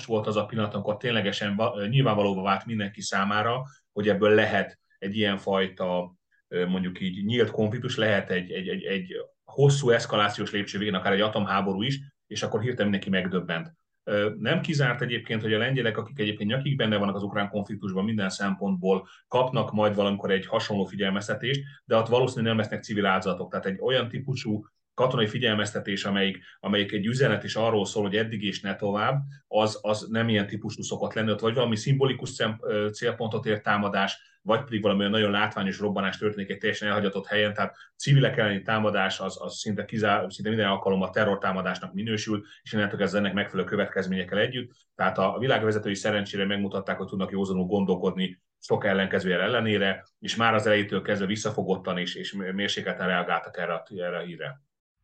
volt az a pillanat, amikor ténylegesen nyilvánvalóvá vált mindenki számára, hogy ebből lehet egy ilyenfajta, mondjuk így nyílt konfliktus, lehet egy hosszú eszkalációs lépcső végén, akár egy atomháború is, és akkor hirtelen mindenki megdöbbent. Nem kizárt egyébként, hogy a lengyelek, akik egyébként nyakig benne vannak az ukrán konfliktusban minden szempontból, kapnak majd valamikor egy hasonló figyelmeztetést, de ott valószínűleg nem lesznek civil áldozatok. Tehát egy olyan típusú katonai figyelmeztetés, amelyik egy üzenet is arról szól, hogy eddig és ne tovább, az nem ilyen típusú szokott lenni, ott vagy valami szimbolikus célpontot ért támadás, vagy pedig valami olyan nagyon látványos robbanás történik egy teljesen elhagyatott helyen, tehát civilek elleni támadás az szinte minden alkalommal terrortámadásnak minősül, és innentől kezdve ennek megfelelő következményekkel együtt. Tehát a világvezetői szerencsére megmutatták, hogy tudnak józanul gondolkodni sok ellenkezőjel ellenére, és már az elejétől kezdve visszafogottan és mérsékelten reagáltak erre a hírre.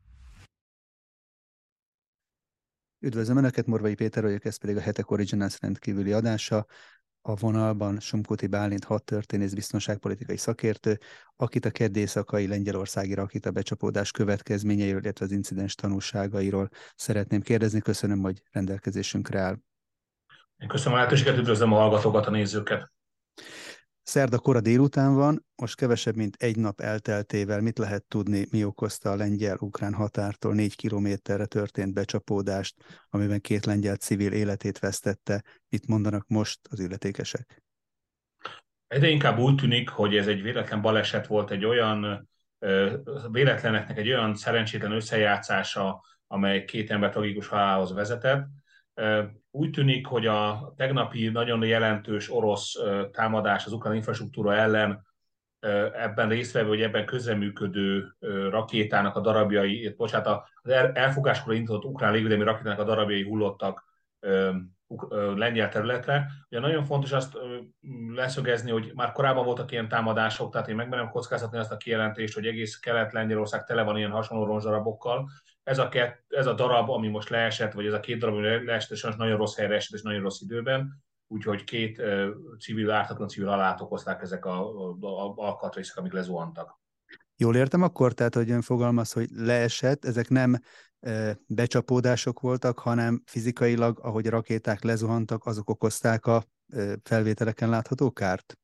Üdvözlöm Önöket, Morvai Péter vagyok, ez pedig a Hetek Originals rendkívüli adása. A vonalban Somkuti Bálint hadtörténész, biztonságpolitikai szakértő, akit a kedd éjszakai lengyelországi rakita becsapódás következményeiről, illetve az incidens tanulságairól szeretném kérdezni. Köszönöm, hogy rendelkezésünkre áll. Én köszönöm a lehetőséget, üdvözlöm a hallgatókat, a nézőket. Szerda kora délután van, most kevesebb, mint egy nap elteltével mit lehet tudni, mi okozta a lengyel-ukrán határtól 4 kilométerre történt becsapódást, amiben 2 lengyel civil életét vesztette. Mit mondanak most az illetékesek? Egyre inkább úgy tűnik, hogy ez egy véletlen baleset volt, egy olyan véletleneknek egy olyan szerencsétlen összejátszása, amely 2 ember tragikus halálhoz vezetett. Úgy tűnik, hogy a tegnapi nagyon jelentős orosz támadás az ukrán infrastruktúra ellen ebben résztvevő, vagy ebben közreműködő rakétának a darabjai, bocsánat, az elfogáskor indított ukrán légvédelmi rakétának a darabjai hullottak lengyel területre. Ugye nagyon fontos azt leszögezni, hogy már korábban voltak ilyen támadások, tehát én megmerem kockáztatni azt a kijelentést, hogy egész Kelet-Lengyelország tele van ilyen hasonló roncsdarabokkal. Ez a darab, ami most leesett, vagy ez a 2 darab, ami leesett, és nagyon rossz helyre esett, és nagyon rossz időben, úgyhogy 2 ártatlan civil halált okozták ezek a alkatrészek, amik lezuhantak. Jól értem akkor, tehát, hogy ön fogalmaz, hogy leesett, ezek nem becsapódások voltak, hanem fizikailag, ahogy a rakéták lezuhantak, azok okozták a felvételeken látható kárt?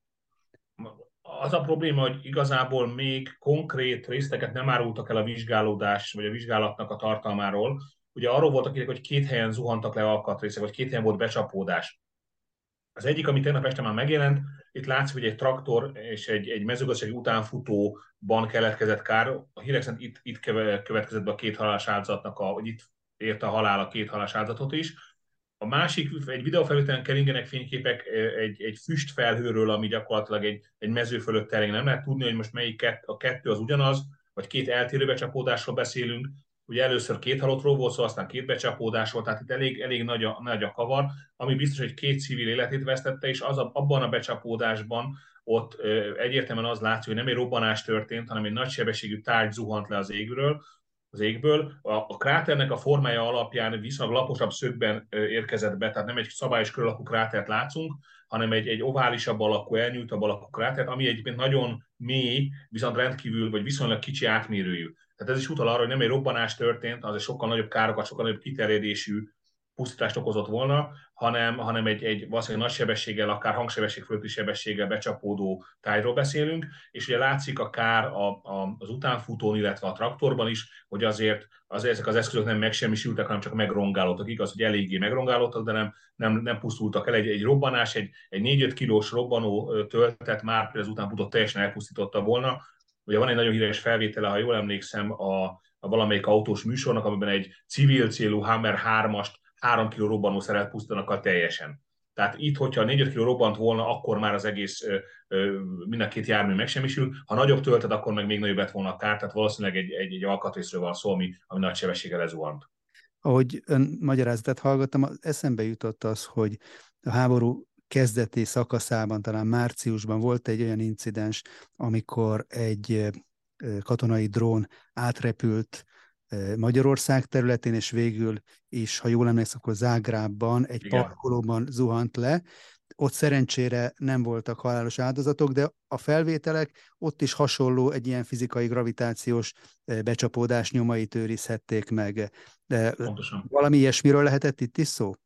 Az a probléma, hogy igazából még konkrét részleteket nem árultak el a vizsgálódás, vagy a vizsgálatnak a tartalmáról. Ugye arról voltak hírek, hogy 2 helyen zuhantak le alkatrészek, vagy 2 helyen volt becsapódás. Az egyik, ami tegnap este már megjelent, itt látszik, hogy egy traktor és egy mezőgazdasági utánfutóban keletkezett kár. A hírek szerint itt következett be a 2 halálos áldozatnak, vagy itt érte a halál a 2 halálos áldozatot is. A másik, egy videófelvételen keringenek fényképek egy füstfelhőről, ami gyakorlatilag egy mező fölött tereng. Nem lehet tudni, hogy most a 2 az ugyanaz, vagy 2 eltérő becsapódásról beszélünk. Ugye először 2 halottról volt szó, aztán 2 becsapódásról, tehát itt elég nagy a kavar, ami biztos, hogy 2 civil életét vesztette, és abban a becsapódásban ott egyértelműen az látszik, hogy nem egy robbanás történt, hanem egy nagysebességű tárgy zuhant le az égből. A kráternek a formája alapján viszonylag laposabb szögben érkezett be, tehát nem egy szabályos kör alakú krátert látszunk, hanem egy oválisabb alakú, elnyújtabb alakú krátert, ami egyébként nagyon mély, viszont rendkívül, vagy viszonylag kicsi átmérőjű. Tehát ez is utal arra, hogy nem egy robbanás történt, az egy sokkal nagyobb károkat, sokkal nagyobb kiterjedésű pusztítást okozott volna, hanem egy valószínűleg nagy sebességgel, akár hangsebesség fölötti sebességgel becsapódó tájról beszélünk, és ugye látszik a kár az utánfutón, illetve a traktorban is, hogy azért ezek az eszközök nem megsemmisültek, hanem csak megrongálódtak. Igaz, hogy eléggé megrongálódtak, de nem pusztultak el. Egy robbanás, egy 4-5 kilós robbanó töltet már az utánfutót teljesen elpusztította volna. Ugye van egy nagyon híres felvétele, ha jól emlékszem, a valamelyik autós műsornak, amiben egy civil célú Hammer 3-ast 3 kg robbanószert pusztítanak teljesen. Tehát itt, hogyha 4-5 kg robbant volna, akkor már az egész mind a 2 jármű megsemmisül. Ha nagyobb töltet, akkor meg még nagyobb lett volna a kár, tehát valószínűleg egy alkatrészről van szó, ami nagy sebességgel lezuhant. Ahogy ön magyarázatát hallgattam, eszembe jutott az, hogy a háború kezdeti szakaszában, talán márciusban volt egy olyan incidens, amikor egy katonai drón átrepült Magyarország területén, és végül is, ha jól emlékszem, akkor Zágrábban egy parkolóban zuhant le. Ott szerencsére nem voltak halálos áldozatok, de a felvételek ott is hasonló egy ilyen fizikai gravitációs becsapódás nyomait őrizhették meg. De pontosan. valami ilyesmiről lehetett itt is szó?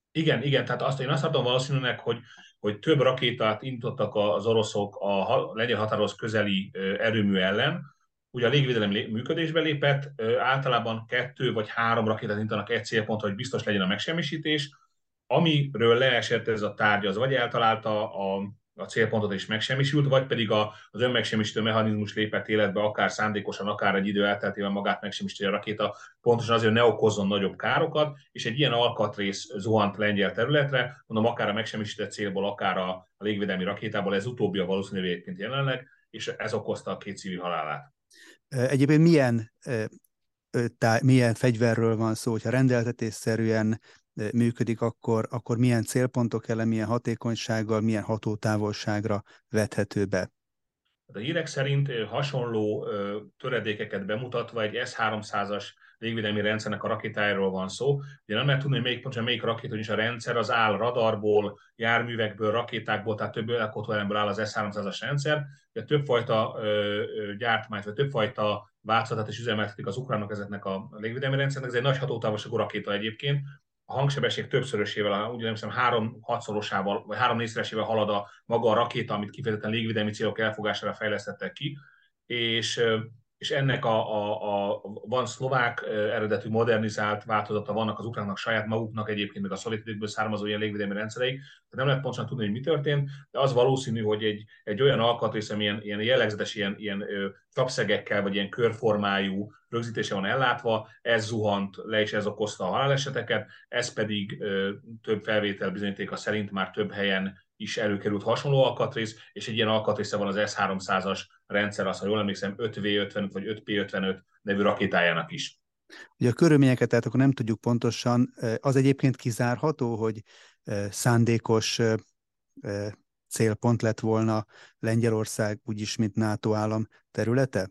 Igen, igen, tehát én azt tartom valószínűleg, hogy több rakétát indítottak az oroszok a lengyel határhoz közeli erőmű ellen. Ugye a légvédelem működésbe lépett, általában 2 vagy 3 rakétát indítanak egy célpontra, hogy biztos legyen a megsemmisítés. Amiről leesett ez a tárgy, az vagy eltalálta a célpontot és megsemmisült, vagy pedig az önmegsemmisítő mechanizmus lépett életbe, akár szándékosan, akár egy idő elteltével magát megsemmisíti a rakéta, pontosan azért, hogy ne okozzon nagyobb károkat, és egy ilyen alkatrész zuhant lengyel területre, mondom, akár a megsemmisített célból, akár a légvédelmi rakétából, ez utóbbi a valószínű egyébként jelenleg, és ez okozta a 2 civil halálát. Egyébként milyen fegyverről van szó, hogyha rendeltetésszerűen működik, akkor milyen célpontok ellen, milyen hatékonysággal, milyen hatótávolságra vethető be? A hírek szerint hasonló töredékeket bemutatva egy S-300-as légvédelmi rendszernek a rakétájáról van szó. Ugye nem lehet tudni, hogy pontosan melyik rakéta, is a rendszer, az áll radarból, járművekből, rakétákból, tehát több alkotóelemből áll az S-300-as rendszer. Ugye többfajta gyártmányt, vagy többfajta változatát is üzemeltetik az ukránok ezeknek a légvédelmi rendszernek. Ez egy nagy hatótávolságú rakéta egyébként, a hangsebesség többszörösével, úgy nem hiszem 3-6-szorosával, vagy 3-4-szeresével halad a maga a rakéta, amit kifejezetten légvédelmi célok elfogására fejlesztettek ki, és, és ennek van szlovák eredetű modernizált változata, vannak az ukránoknak saját maguknak egyébként, meg a szovjet időkből származó ilyen légvédelmi rendszereik, tehát nem lehet pontosan tudni, hogy mi történt, de az valószínű, hogy egy olyan alkatrész, ami ilyen jellegzetes, ilyen csapszegekkel, vagy ilyen körformájú rögzítése van ellátva, ez zuhant le, és ez okozta a haláleseteket, ez pedig több felvétel bizonyítéka szerint már több helyen is előkerült hasonló alkatrész, és egy ilyen alkatrésze van az S-300-as rendszer, azt, ha jól emlékszem, 5V55 vagy 5P55 nevű rakétájának is. Ugye a körülményeket tehát akkor nem tudjuk pontosan. Az egyébként kizárható, hogy szándékos célpont lett volna Lengyelország, úgyis, mint NATO állam területe?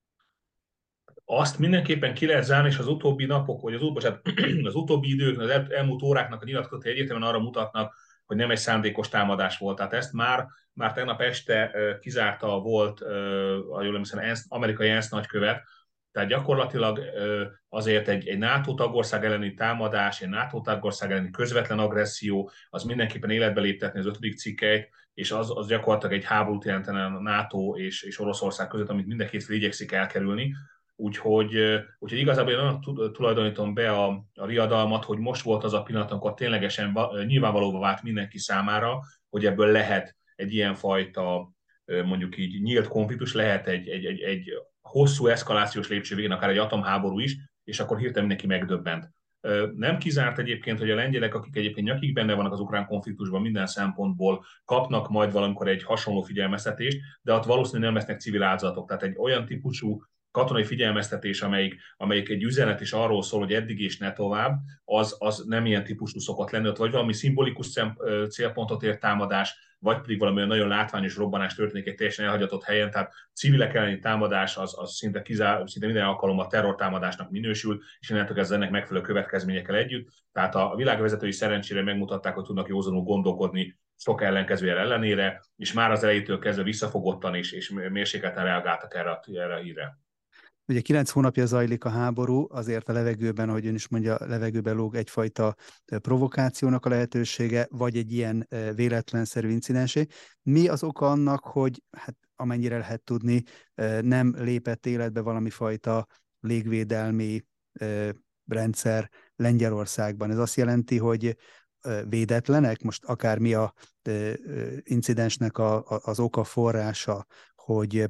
Azt mindenképpen ki lehet zárni, és az utóbbi napok, vagy az utóbbi idők, az elmúlt óráknak a nyilatkozatai egyértelműen arra mutatnak, hogy nem egy szándékos támadás volt. Tehát ezt már tegnap este kizárta volt, ha jól emlékszem, amerikai ENSZ nagykövet, tehát gyakorlatilag azért egy NATO tagország elleni támadás, egy NATO tagország elleni közvetlen agresszió, az mindenképpen életbe léptetni az 5. cikkeit, és az gyakorlatilag egy háborút jelentene a NATO és Oroszország között, amit mind a két fél igyekszik elkerülni. Úgyhogy igazából én annak tulajdonítom be a riadalmat, hogy most volt az a pillanat, amikor ténylegesen nyilvánvalóvá vált mindenki számára, hogy ebből lehet egy ilyenfajta, mondjuk így nyílt konfliktus, lehet egy hosszú eszkalációs lépcső végén, akár egy atomháború is, és akkor hirtelen mindenki megdöbbent. Nem kizárt egyébként, hogy a lengyelek, akik egyébként nyakig benne vannak az ukrán konfliktusban minden szempontból, kapnak majd valamikor egy hasonló figyelmeztetést, de ott valószínűleg nem lesznek civil áldozatok. Tehát egy olyan típusú katonai figyelmeztetés, amelyik egy üzenet is arról szól, hogy eddig és ne tovább, az nem ilyen típusú szokott lenni, ott vagy valami szimbolikus célpontot ért támadás, vagy pedig valami olyan nagyon látványos robbanás történik egy teljesen elhagyatott helyen, tehát civilek elleni támadás az szinte minden alkalommal terrortámadásnak minősül, és innentől kezdve ennek megfelelő következményekkel együtt. Tehát a világvezetői szerencsére megmutatták, hogy tudnak józanul gondolkodni sok ellenkezőjel ellenére, és már az elejétől kezdve visszafogottan és mérsékelten reagáltak erre a hírre. Ugye 9 hónapja zajlik a háború, azért a levegőben, ahogy ön is mondja, levegőben lóg egyfajta provokációnak a lehetősége, vagy egy ilyen véletlenszerű incidensé. Mi az oka annak, hogy hát amennyire lehet tudni, nem lépett életbe valami fajta légvédelmi rendszer Lengyelországban? Ez azt jelenti, hogy védetlenek, most akár mi a incidensnek az oka, forrása, hogy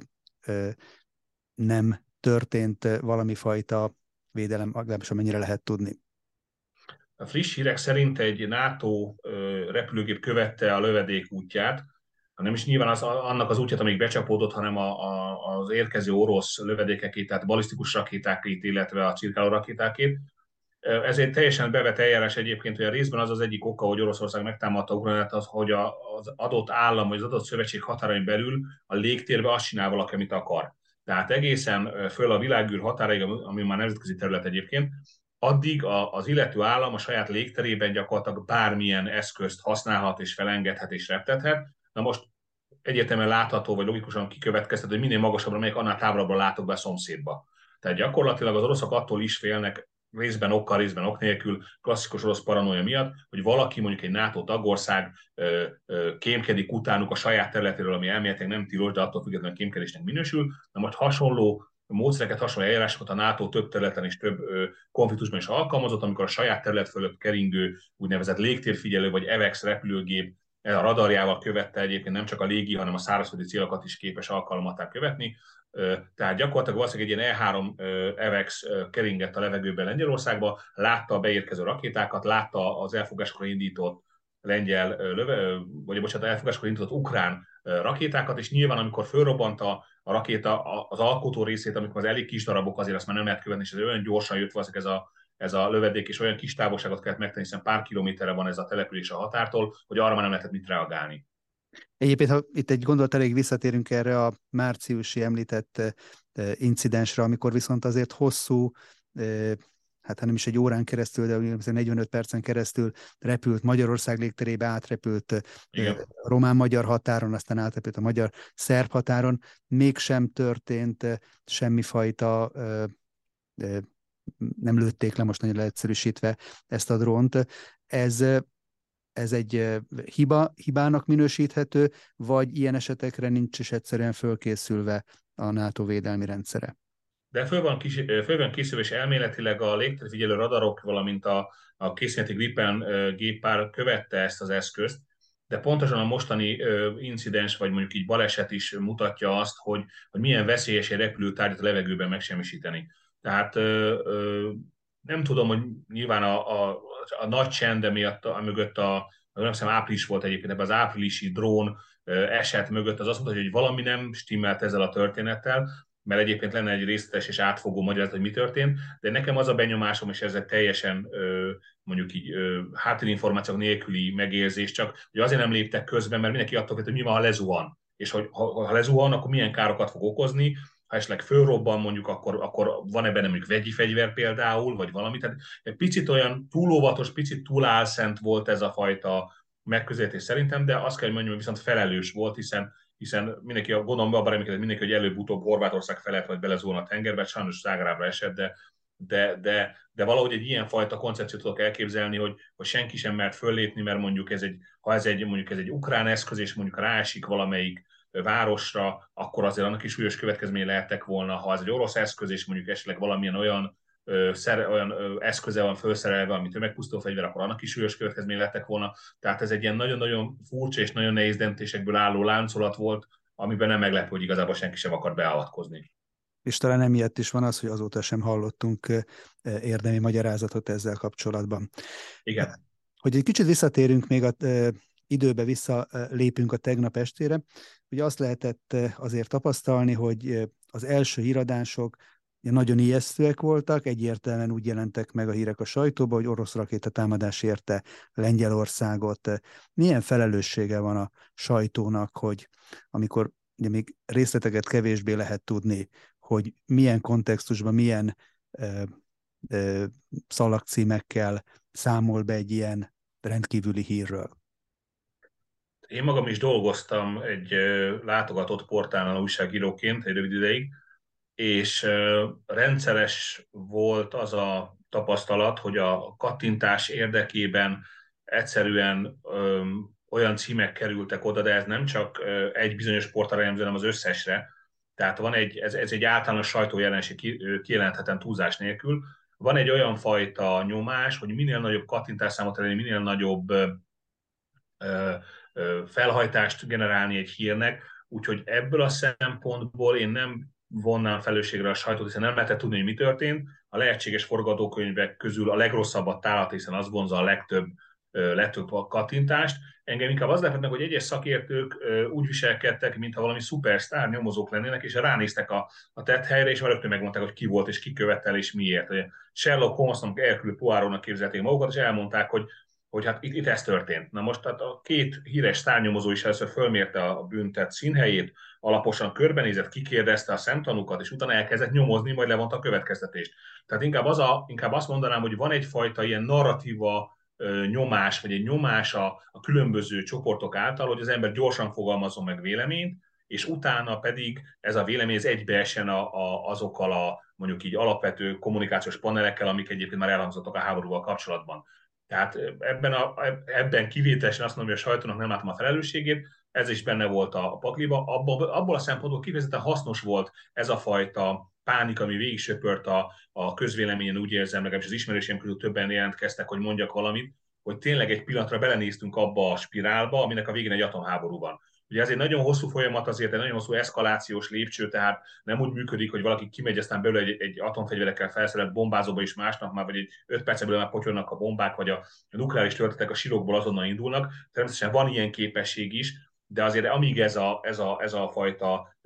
nem történt valami fajta védelem, legalábbis amennyire lehet tudni. A friss hírek szerint egy NATO repülőgép követte a lövedék útját, nem is nyilván annak az útját, amíg becsapódott, hanem az érkező orosz lövedékekét, tehát balisztikus rakétákét, illetve a cirkáló rakétákét. Ez egy teljesen bevett eljárás egyébként, hogy a részben az egyik oka, hogy Oroszország megtámadta Ukrajnát, az, hogy az adott állam, vagy az adott szövetség határain belül a légtérbe azt csinál valaki, amit akar. Tehát egészen föl a világűr határaig, ami már nemzetközi terület egyébként, addig az illető állam a saját légterében gyakorlatilag bármilyen eszközt használhat és felengedhet és reptethet. Na most egyértelműen látható, vagy logikusan kikövetkeztető, hogy minél magasabbra megyek, annál távolabbra látok be a szomszédba. Tehát gyakorlatilag az oroszok attól is félnek, részben okkal, részben ok nélkül, klasszikus orosz paranoia miatt, hogy valaki, mondjuk egy NATO tagország kémkedik utánuk a saját területéről, ami elméletileg nem tilos, de attól függetlenül kémkedésnek minősül. Na most hasonló módszereket, hasonló eljárásokat a NATO több területen és több konfliktusban is alkalmazott, amikor a saját terület fölött keringő úgynevezett légtérfigyelő vagy EVEX repülőgép a radarjával követte egyébként nem csak a légi, hanem a szárazföldi célokat is képes alkalmattá követni. Tehát gyakorlatilag valószínűleg egy ilyen E3 EVEX keringett a levegőben Lengyelországba, látta a beérkező rakétákat, látta az elfogáskor indított lengyel, vagy bocsánat, elfogáskor indított ukrán rakétákat, és nyilván amikor fölrobbant a rakéta az alkotó részét, amikor az elég kis darabok, azért azt már nem lehet követni, és ez olyan gyorsan jött valószínűleg ez a lövedék, és olyan kis távolságot kellett megtenni, hiszen pár kilométerre van ez a település a határtól, hogy arra már nem lehetett mit reagálni. Egyébként, ha itt egy gondolat elég visszatérünk erre a márciusi említett incidensre, amikor viszont azért hosszú, hát ha nem is egy órán keresztül, de 45 percen keresztül repült Magyarország légterébe, átrepült román-magyar határon, aztán átrepült a magyar-szerb határon, mégsem történt semmifajta, nem lőtték le, most nagyon leegyszerűsítve ezt a drónt. Ez egy hibának minősíthető, vagy ilyen esetekre nincs is egyszerűen fölkészülve a NATO védelmi rendszere? De föl van készülve, és elméletileg a légtérfigyelő radarok, valamint a készületi Gripen géppár követte ezt az eszközt, de pontosan a mostani incidens, vagy mondjuk így baleset is mutatja azt, hogy milyen veszélyes egy repülőtárgyat a levegőben megsemmisíteni. Tehát nem tudom, hogy nyilván a nagy csend miatt, mögött nem hiszem április volt egyébként, ebben az áprilisi drón eset mögött, az azt mutatja, hogy valami nem stimmelt ezzel a történettel, mert egyébként lenne egy részletes és átfogó magyarázat, hogy mi történt, de nekem az a benyomásom, és ezek teljesen mondjuk így háttérinformációk nélküli megérzés, csak hogy azért nem léptek közben, mert mindenki attól félt, hogy mi van, ha lezuhan. És hogy ha lezuhan, akkor milyen károkat fog okozni, ha esetleg fölrobban mondjuk, akkor van ebben mondjuk vegyi fegyver például, vagy valami. Tehát egy picit olyan túlóvatos, picit túl álszent volt ez a fajta megközelítés szerintem, de azt kell, hogy mondjam, hogy viszont felelős volt, hiszen mindenki, gondolom abban reménykedik mindenki, hogy előbb-utóbb Horvátország felett vagy belezóna a tengerbe, sajnos Zágrábra esett, de valahogy egy ilyen fajta koncepciót tudok elképzelni, hogy senki sem mert föllépni, mert mondjuk ha ez egy ukrán eszköz, és mondjuk ráesik valamelyik városra, akkor azért annak is súlyos következményei lehettek volna, ha ez egy orosz eszköz, és mondjuk esetleg valamilyen olyan eszköze van felszerelve, ami tömegpusztító fegyver, akkor annak is súlyos következményei lettek volna. Tehát ez egy ilyen nagyon-nagyon furcsa és nagyon nehéz döntésekből álló láncolat volt, amiben nem meglepő, hogy igazából senki sem akart beavatkozni. És talán emiatt is van az, hogy azóta sem hallottunk érdemi magyarázatot ezzel kapcsolatban. Igen. Hogy egy kicsit visszatérünk még időbe visszalépünk a tegnap estére, ugye azt lehetett azért tapasztalni, hogy az első híradások nagyon ijesztőek voltak, egyértelműen úgy jelentek meg a hírek a sajtóba, hogy orosz rakétatámadás érte Lengyelországot. Milyen felelőssége van a sajtónak, hogy amikor ugye még részleteket kevésbé lehet tudni, hogy milyen kontextusban, milyen szalagcímekkel számol be egy ilyen rendkívüli hírről? Én magam is dolgoztam egy látogatott portálon újságíróként egy rövid ideig, és rendszeres volt az a tapasztalat, hogy a kattintás érdekében egyszerűen olyan címek kerültek oda, de ez nem csak egy bizonyos portálra jellemző, hanem az összesre. Tehát ez egy általános sajtójelenség kijelenthetetlen túlzás nélkül. Van egy olyan fajta nyomás, hogy minél nagyobb kattintásszámot elérni, minél nagyobb felhajtást generálni egy hírnek, úgyhogy ebből a szempontból én nem vonnám felelősségre a sajtót, hiszen nem lehetett tudni, hogy mi történt. A lehetséges forgatókönyvek közül a legrosszabbat tálat, hiszen az vonza a legtöbb kattintást. Engem inkább az lepett meg, hogy egyes szakértők úgy viselkedtek, mintha valami szupersztár nyomozók lennének, és ránéztek a tett helyre, és már rögtön megmondták, hogy ki volt, és ki követel, és miért. Sherlock Holmesnak, Hercule Poirotnak képzelték magukat, és elmondták, hogy hát itt ez történt. Na most tehát a két híres sztárnyomozó is először fölmérte a bűntett színhelyét, alaposan körbenézett, kikérdezte a szemtanúkat, és utána elkezdett nyomozni, majd levonta a következtetést. Tehát inkább azt mondanám, hogy van egyfajta ilyen narratíva nyomás, vagy egy nyomás a különböző csoportok által, hogy az ember gyorsan fogalmazom meg véleményt, és utána pedig ez a vélemény ez egybeesen azokkal a mondjuk így alapvető kommunikációs panelekkel, amik egyébként már elhangzottak a háborúval kapcsolatban. Tehát ebben kivételesen azt mondom, hogy a sajtónak nem látom a felelősségét, ez is benne volt a pakliba. Abból a szempontból kifejezetten hasznos volt ez a fajta pánik, ami végig söpört a közvéleményen, úgy érzem, legalábbis az ismerőseim közül többen jelentkeztek, hogy mondjak valamit, hogy tényleg egy pillanatra belenéztünk abba a spirálba, aminek a végén egy atomháború van. Ugye ez egy nagyon hosszú folyamat, azért egy nagyon hosszú eszkalációs lépcső, tehát nem úgy működik, hogy valaki kimegy, aztán belőle egy atomfegyverekkel felszerelt bombázóba is másnap már, vagy egy 5 percen belül már potyolnak a bombák, vagy a nukleáris történetek a sirokból azonnal indulnak. Természetesen van ilyen képesség is, de azért amíg ez a fajta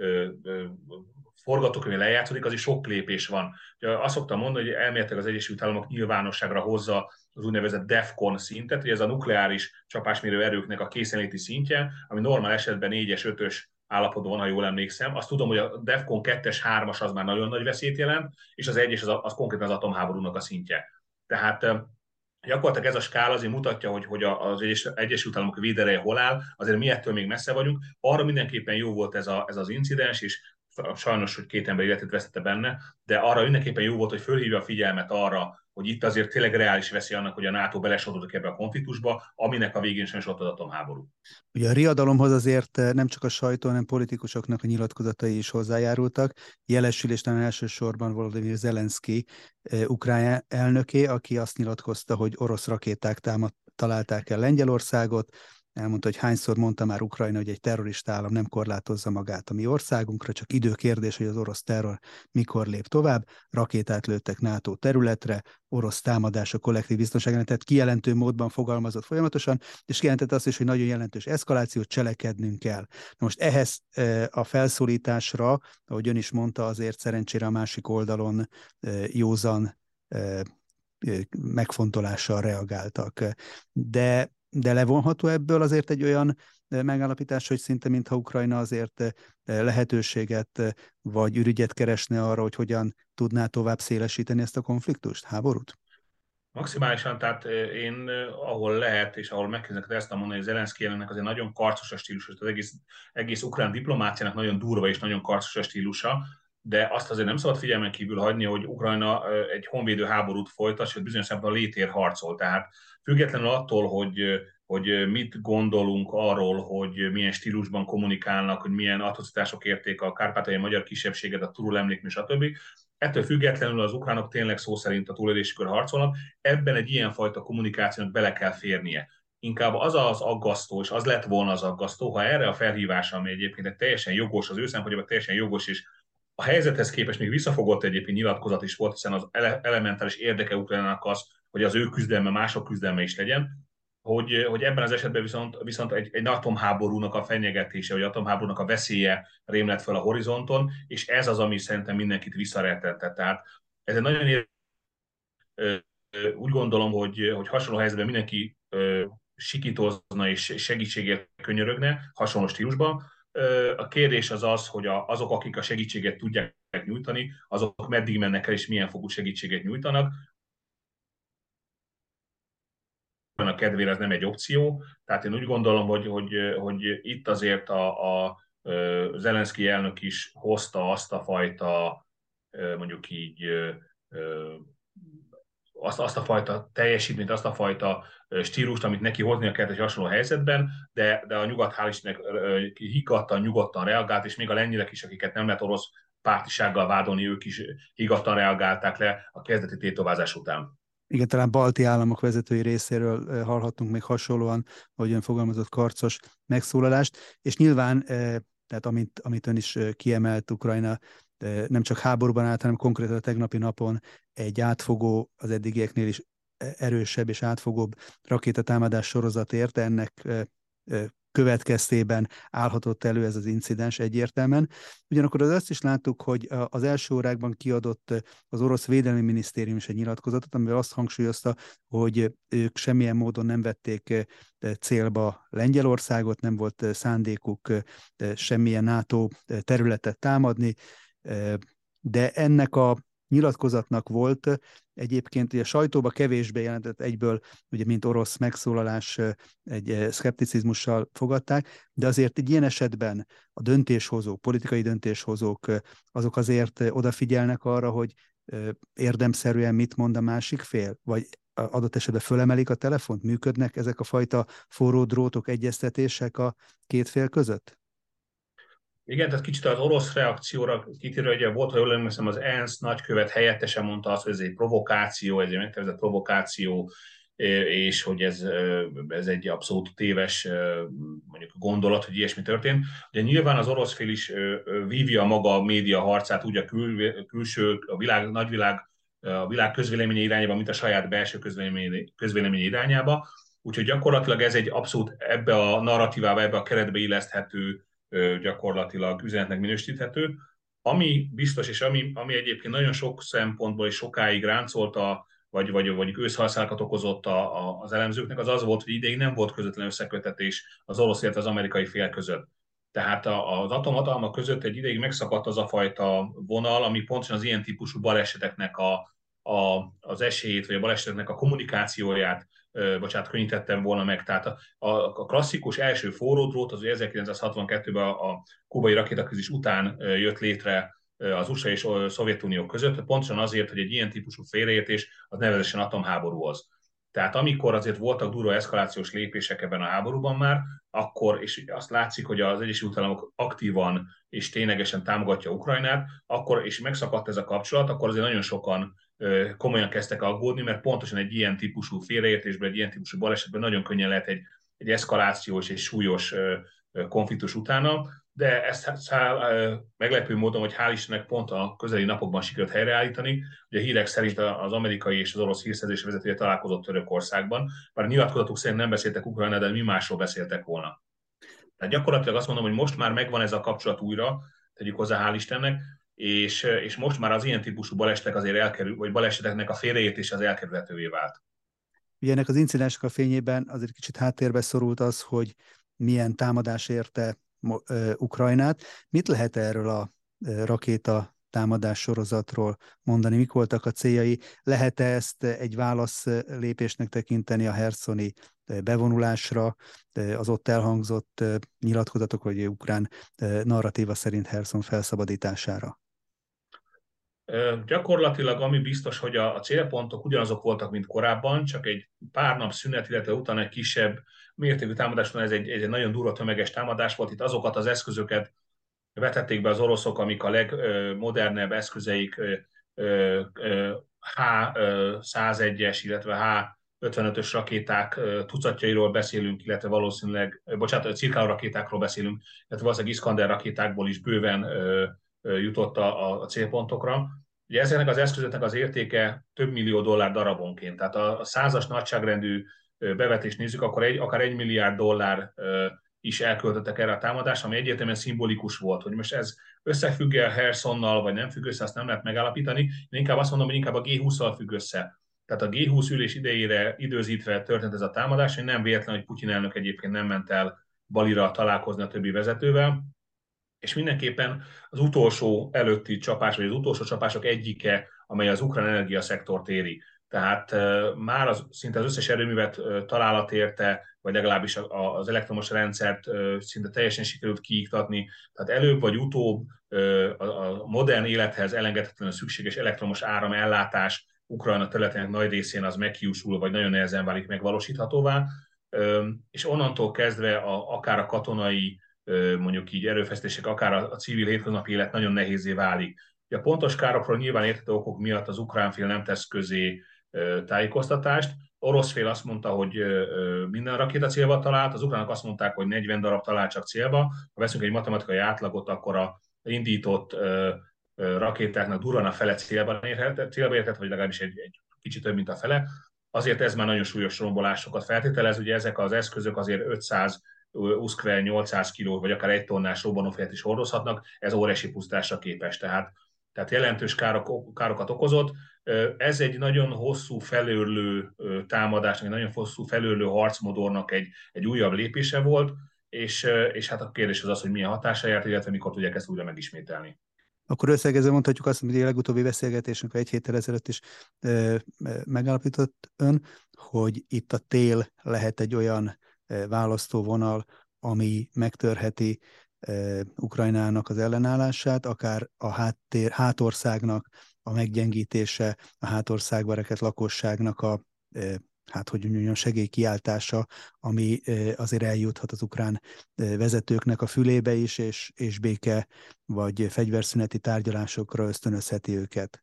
forgatókönyv lejátszódik, az is sok lépés van. Azt szoktam mondani, hogy elméletileg az Egyesült Államok nyilvánosságra hozza az úgynevezett DEFCON szintet, hogy ez a nukleáris csapásmérő erőknek a készenléti szintje, ami normál esetben 4-es, 5-ös állapotban van, ha jól emlékszem. Azt tudom, hogy a DEFCON 2-es, 3-as az már nagyon nagy veszélyt jelent, és az 1-es az konkrétan az atomháborúnak a szintje. Tehát gyakorlatilag ez a skála azért mutatja, hogy az Egyesült Államok védereje hol áll, azért mi ettől még messze vagyunk. Arra mindenképpen jó volt ez az incidens, és sajnos, hogy 2 ember életét vesztette benne, de arra mindenképpen jó volt, hogy fölhívja a figyelmet arra, hogy itt azért tényleg reális veszély annak, hogy a NATO belesodródik ebbe a konfliktusba, aminek a végén sajnos ott az atomháború. Ugye a riadalomhoz azért nem csak a sajtó, hanem politikusoknak a nyilatkozatai is hozzájárultak. Jelesülésen elsősorban Volodymyr Zelenszky ukrán elnöké, aki azt nyilatkozta, hogy orosz rakéták találták el Lengyelországot, elmondta, hogy hányszor mondta már Ukrajna, hogy egy terrorista állam nem korlátozza magát a mi országunkra, csak időkérdés, hogy az orosz terror mikor lép tovább. Rakétát lőttek NATO területre, orosz támadás a kollektív biztonságra, tehát kijelentő módban fogalmazott folyamatosan, és kijelentette azt is, hogy nagyon jelentős eszkalációt cselekednünk kell. Na most ehhez a felszólításra, ahogy ön is mondta, azért szerencsére a másik oldalon józan megfontolással reagáltak. De levonható ebből azért egy olyan megállapítás, hogy szinte mintha Ukrajna azért lehetőséget vagy ürügyet keresne arra, hogy hogyan tudná tovább szélesíteni ezt a konfliktust, háborút? Maximálisan, tehát én ahol lehet, és ahol megkezdenek ezt mondani, hogy Zelenszky jelennek azért nagyon karcos a stílus, az egész ukrán diplomáciának nagyon durva és nagyon karcos a stílusa, de azt azért nem szabad figyelmen kívül hagyni, hogy Ukrajna egy honvédő háborút folytat, és bizonyos szempontból a létért harcol. Tehát függetlenül attól, hogy mit gondolunk arról, hogy milyen stílusban kommunikálnak, hogy milyen atrocitások érték a kárpátaljai magyar kisebbséget, a Turul emlékmű, stb. Ettől függetlenül az ukránok tényleg szó szerint a túlélésükön harcolnak, ebben egy ilyenfajta kommunikációnak bele kell férnie. Inkább az az aggasztó, és az lett volna az aggasztó, ha erre a felhívásra, ami egyébként egy teljesen jogos, az ő szempontjából teljesen jogos, és a helyzethez képest még visszafogott egyébként nyilatkozat is volt, hiszen az elementáris érdeke Ukrajnának az, hogy az ő küzdelme mások küzdelme is legyen, hogy ebben az esetben viszont egy atomháborúnak a fenyegetése, vagy atomháborúnak a veszélye rémlett fel a horizonton, és ez az, ami szerintem mindenkit visszarettentett. Tehát ez egy nagyon úgy gondolom, hogy hasonló helyzetben mindenki sikítozna és segítségért könyörögne, hasonló stílusban. A kérdés az az, hogy azok, akik a segítséget tudják nyújtani, azok meddig mennek el és milyen fogú segítséget nyújtanak. A kedvére ez nem egy opció, tehát én úgy gondolom, hogy itt azért a Zelenszky elnök is hozta azt a fajta, mondjuk így, azt a fajta teljesítményt, azt a fajta stílust, amit neki hoznia kellett egy hasonló helyzetben, de a nyugat hál' Istennek higgadtan, nyugodtan reagált, és még a lengyelek is, akiket nem lehet orosz pártisággal vádolni, ők is higgadtan reagálták le a kezdeti tétovázás után. Igen, talán balti államok vezetői részéről hallhattunk még hasonlóan, ahogy ön fogalmazott, karcos megszólalást, és nyilván, tehát amit ön is kiemelt, Ukrajna nem csak háborúban állt, hanem konkrétan a tegnapi napon egy átfogó, az eddigieknél is erősebb és átfogóbb rakétatámadás sorozat érte, ennek következtében állhatott elő ez az incidens egyértelműen. Ugyanakkor azt is láttuk, hogy az első órákban kiadott az orosz védelmi minisztérium is egy nyilatkozatot, amivel azt hangsúlyozta, hogy ők semmilyen módon nem vették célba Lengyelországot, nem volt szándékuk semmilyen NATO területet támadni, de ennek a nyilatkozatnak volt Egyébként ugye a sajtóba kevésbé jelentett egyből, ugye mint orosz megszólalás, egy szkepticizmussal fogadták, de azért egy ilyen esetben a döntéshozók, politikai döntéshozók, azok azért odafigyelnek arra, hogy érdemszerűen mit mond a másik fél, vagy adott esetben fölemelik a telefont, működnek ezek a fajta forró drótok, egyeztetések a két fél között? Igen, tehát kicsit az orosz reakcióra kitérő, hogy volt, ha jól emlékszem, az ENSZ nagykövet helyettesen mondta azt, hogy ez egy provokáció, ez egy megtervezett provokáció, és hogy ez egy abszolút téves mondjuk gondolat, hogy ilyesmi történt. Ugye nyilván az orosz fél is vívja maga média harcát úgy a külső, a világ, nagyvilág, a világ közvéleménye irányába, mint a saját belső közvélemény irányába. Úgyhogy gyakorlatilag ez egy abszolút ebbe a narratívába, ebbe a keretbe illeszthető gyakorlatilag üzenetnek minősíthető. Ami biztos, és ami egyébként nagyon sok szempontból és sokáig ráncolta, vagy őszhalszákat okozott az elemzőknek, az az volt, hogy ideig nem volt közvetlen összekötetés az orosz, illetve az amerikai fél között. Tehát az atomhatalmak között egy ideig megszakadt az a fajta vonal, ami pontosan az ilyen típusú baleseteknek az esélyét, vagy a baleseteknek a kommunikációját könnyítettem volna meg. Tehát a klasszikus első forródrót az 1962-ben a kubai rakétakrízis után jött létre az USA és a Szovjetunió között, pontosan azért, hogy egy ilyen típusú félreértés az ne vezessen atomháborúhoz. Tehát amikor azért voltak durva eszkalációs lépések ebben a háborúban már, akkor, és azt látszik, hogy az Egyesült Államok aktívan és ténylegesen támogatja Ukrajnát, akkor, és megszakadt ez a kapcsolat, akkor azért nagyon sokan komolyan kezdtek aggódni, mert pontosan egy ilyen típusú félreértésben, egy ilyen típusú balesetben nagyon könnyen lehet egy eszkalációs és súlyos konfliktus utána, de ezt meglepő módon, hogy hál' Istennek pont a közeli napokban sikerült helyreállítani. Ugye a hírek szerint az amerikai és az orosz hírszerzés vezetője találkozott Törökországban, bár a nyilatkozatuk szerint nem beszéltek Ukrajnáról, de mi másról beszéltek volna. Tehát gyakorlatilag azt mondom, hogy most már megvan ez a kapcsolat újra, tegyük hozzá, hál' Istennek, és most már az ilyen típusú balesetek azért elkerül, vagy baleseteknek a félreértés az elkerülhetővé vált. Ugye ennek az incidensek a fényében azért kicsit háttérbe szorult az, hogy milyen támadás érte Ukrajnát. Mit lehet erről a rakéta támadás sorozatról mondani? Mik voltak a céljai? Lehet-e ezt egy válaszlépésnek tekinteni a herszoni bevonulásra, az ott elhangzott nyilatkozatok, vagy ukrán narratíva szerint Herszon felszabadítására? Gyakorlatilag ami biztos, hogy a célpontok ugyanazok voltak, mint korábban, csak egy pár nap szünet, illetve utána egy kisebb mértékű támadás, ez egy nagyon durva tömeges támadás volt. Itt azokat az eszközöket vetették be az oroszok, amik a legmodernebb eszközeik, H-101-es, illetve H-55-ös rakéták tucatjairól beszélünk, illetve valószínűleg, cirkáló rakétákról beszélünk, illetve valószínűleg Iskander rakétákból is bőven jutott a célpontokra. Ugye ezeknek az eszközöknek az értéke több millió dollár darabonként. Tehát a százas nagyságrendű bevetést nézzük, akkor akár 1 milliárd dollár is elköltöttek erre a támadásra, ami egyértelműen szimbolikus volt. Hogy most ez összefügg-e a Hersonnal, vagy nem függ össze, azt nem lehet megállapítani. Én inkább azt mondom, hogy inkább a G20-szal függ össze. Tehát a G20 ülés idejére időzítve történt ez a támadás, hogy nem véletlen, hogy Putyin elnök egyébként nem ment el Balira találkozni a többi vezetővel, és mindenképpen az utolsó előtti csapás, vagy az utolsó csapások egyike, amely az ukrán energiaszektort éri. Tehát már szinte az összes erőművet találat érte, vagy legalábbis az elektromos rendszert szinte teljesen sikerült kiiktatni. Tehát előbb vagy utóbb a modern élethez elengedhetetlenül szükséges elektromos áramellátás Ukrajna területének nagy részén az meghiúsul, vagy nagyon nehezen válik megvalósíthatóvá. És onnantól kezdve akár a katonai mondjuk így erőfeszítések, akár a civil hétköznapi élet nagyon nehézé válik. A pontos károkról nyilván érthető okok miatt az ukrán fél nem tesz közé tájékoztatást. Orosz fél azt mondta, hogy minden rakéta célba talált, az ukránok azt mondták, hogy 40 darab talált csak célba. Ha veszünk egy matematikai átlagot, akkor a indított rakétáknak durván a fele célba érhet, vagy legalábbis egy kicsit több, mint a fele. Azért ez már nagyon súlyos rombolásokat feltételez. Ugye ezek az eszközök azért 500 uszkve 800 kg, vagy akár 1 tonnás robbanófejet is hordozhatnak, ez óriási pusztásra képes. Tehát jelentős károkat okozott. Ez egy nagyon hosszú felőrlő támadás, egy nagyon hosszú felőrlő harcmodornak egy újabb lépése volt, és hát a kérdés az, hogy milyen hatása járt, illetve mikor tudják ezt újra megismételni. Akkor összegezve mondhatjuk azt, hogy a legutóbbi beszélgetésünk egy héttel ezelőtt is megállapított ön, hogy itt a tél lehet egy olyan választóvonal, ami megtörheti Ukrajnának az ellenállását, akár a hátországnak a meggyengítése, a hátországba rekedt lakosságnak a hát hogy mondjam, segélykiáltása, ami azért eljuthat az ukrán vezetőknek a fülébe is, és béke vagy fegyverszüneti tárgyalásokra ösztönözheti őket.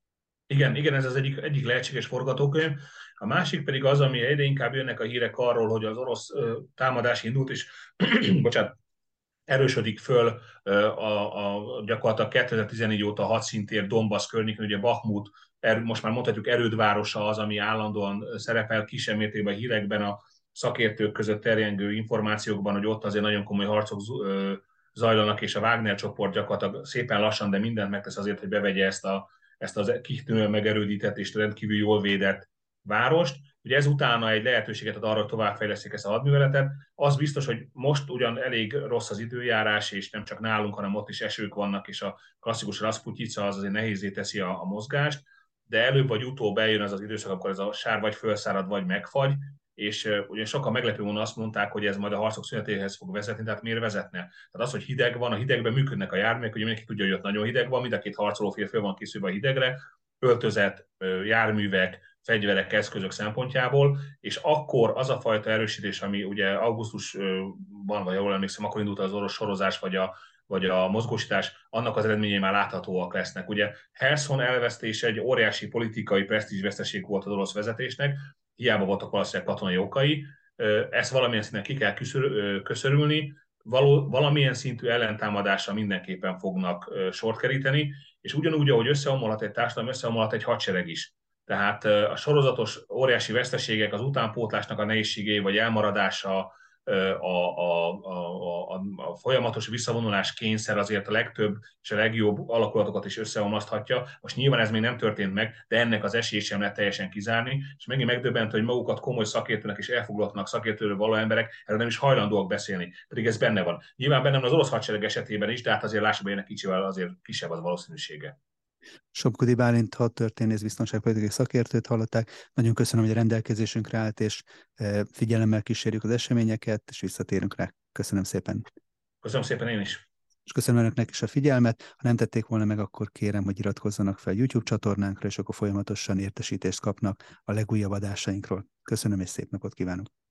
Igen, ez az egyik lehetséges forgatókönyv. A másik pedig az, ami egyre inkább jönnek a hírek arról, hogy az orosz támadás indult, és bocsánat, erősödik föl gyakorlatilag 2014 óta hadszintér Donbass környékén, ugye Bakhmut, most már mondhatjuk erődvárosa az, ami állandóan szerepel kisebb mértékben a hírekben, a szakértők között terjengő információkban, hogy ott azért nagyon komoly harcok zajlanak, és a Wagner csoport gyakorlatilag szépen lassan, de mindent megtesz azért, hogy bevegye ezt az kitűnően megerődített és rendkívül jól védett várost. Ugye ez utána egy lehetőséget ad arra, hogy továbbfejlesztik ezt a hadműveletet. Az biztos, hogy most ugyan elég rossz az időjárás, és nem csak nálunk, hanem ott is esők vannak, és a klasszikus Rasputyica az azért nehézé teszi a mozgást, de előbb vagy utóbb eljön az az időszak, akkor ez a sár vagy felszárad, vagy megfagy, és ugye sokan meglepő módon azt mondták, hogy ez majd a harcok szünetéhez fog vezetni, tehát miért vezetne? Tehát az, hogy hideg van, a hidegben működnek a járművek, ugye mindenki tudja, hogy ott nagyon hideg van, mind a két harcolófél föl van készülve a hidegre, öltözett járművek, fegyverek, eszközök szempontjából, és akkor az a fajta erősítés, ami ugye augusztusban, vagy jól emlékszem, akkor indult az orosz sorozás, vagy a mozgósítás, annak az eredményei már láthatóak lesznek. Ugye Herson elvesztése egy óriási politikai presztízsveszteség volt az orosz vezetésnek, hiába voltak valószínűleg katonai okai, ezt valamilyen szinten ki kell köszörülni, valamilyen szintű ellentámadásra mindenképpen fognak sort keríteni, és ugyanúgy, ahogy összeomolhat egy társadalom, összeomolhat egy hadsereg is. Tehát a sorozatos óriási veszteségek, az utánpótlásnak a nehézségé vagy elmaradása, a folyamatos visszavonulás kényszer azért a legtöbb és a legjobb alakulatokat is összeomlaszthatja. Most nyilván ez még nem történt meg, de ennek az esélyt sem lehet teljesen kizárni, és megint megdöbbent, hogy magukat komoly szakértőnek és elfoglaltnak szakértőről való emberek erről nem is hajlandóak beszélni, pedig ez benne van. Nyilván benne van az orosz hadsereg esetében is, de hát azért lássuk, hogy ennek kicsivel azért kisebb az valószínűsége. Sobkodi Bálint hadtörténész biztonságpolitikai szakértőt hallották. Nagyon köszönöm, hogy a rendelkezésünkre állt, és figyelemmel kísérjük az eseményeket, és visszatérünk rá. Köszönöm szépen. Köszönöm szépen én is. És köszönöm önöknek is a figyelmet. Ha nem tették volna meg, akkor kérem, hogy iratkozzanak fel YouTube csatornánkra, és akkor folyamatosan értesítést kapnak a legújabb adásainkról. Köszönöm, és szép napot kívánok.